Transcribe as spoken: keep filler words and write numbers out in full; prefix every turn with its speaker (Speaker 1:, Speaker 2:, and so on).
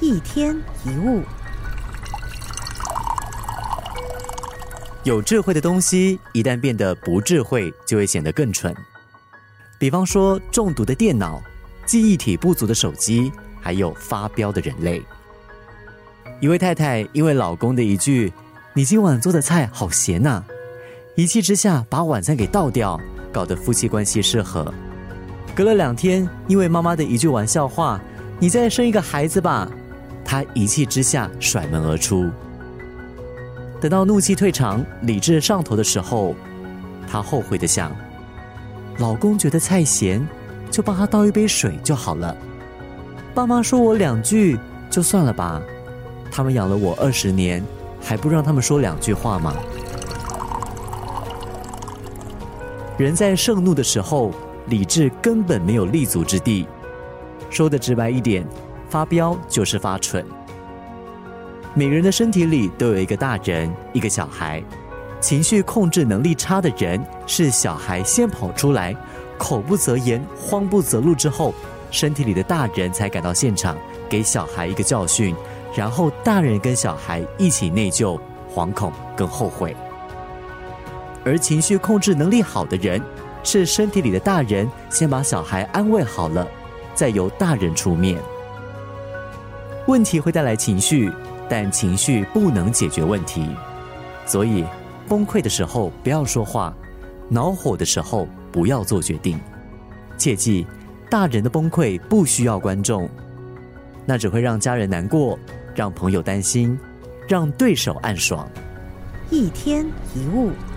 Speaker 1: 一天一物。
Speaker 2: 有智慧的东西一旦变得不智慧，就会显得更蠢。比方说中毒的电脑、记忆体不足的手机，还有发飙的人类。一位太太因为老公的一句你今晚做的菜好咸啊，一气之下把晚餐给倒掉，搞得夫妻关系失和。隔了两天，因为妈妈的一句玩笑话，你再生一个孩子吧，她一气之下甩门而出。等到怒气退场，理智上头的时候，她后悔地想，老公觉得菜咸，就帮他倒一杯水就好了。爸妈说我两句就算了吧，他们养了我二十年，还不让他们说两句话吗？人在盛怒的时候，理智根本没有立足之地。说得直白一点，发飙就是发蠢。每个人的身体里都有一个大人，一个小孩。情绪控制能力差的人，是小孩先跑出来，口不择言，慌不择路之后，身体里的大人才赶到现场，给小孩一个教训，然后大人跟小孩一起内疚、惶恐跟后悔。而情绪控制能力好的人，是身体里的大人先把小孩安慰好了，再由大人出面。问题会带来情绪，但情绪不能解决问题，所以崩溃的时候不要说话，恼火的时候不要做决定。切记，大人的崩溃不需要观众，那只会让家人难过，让朋友担心，让对手暗爽。
Speaker 1: 一天一物。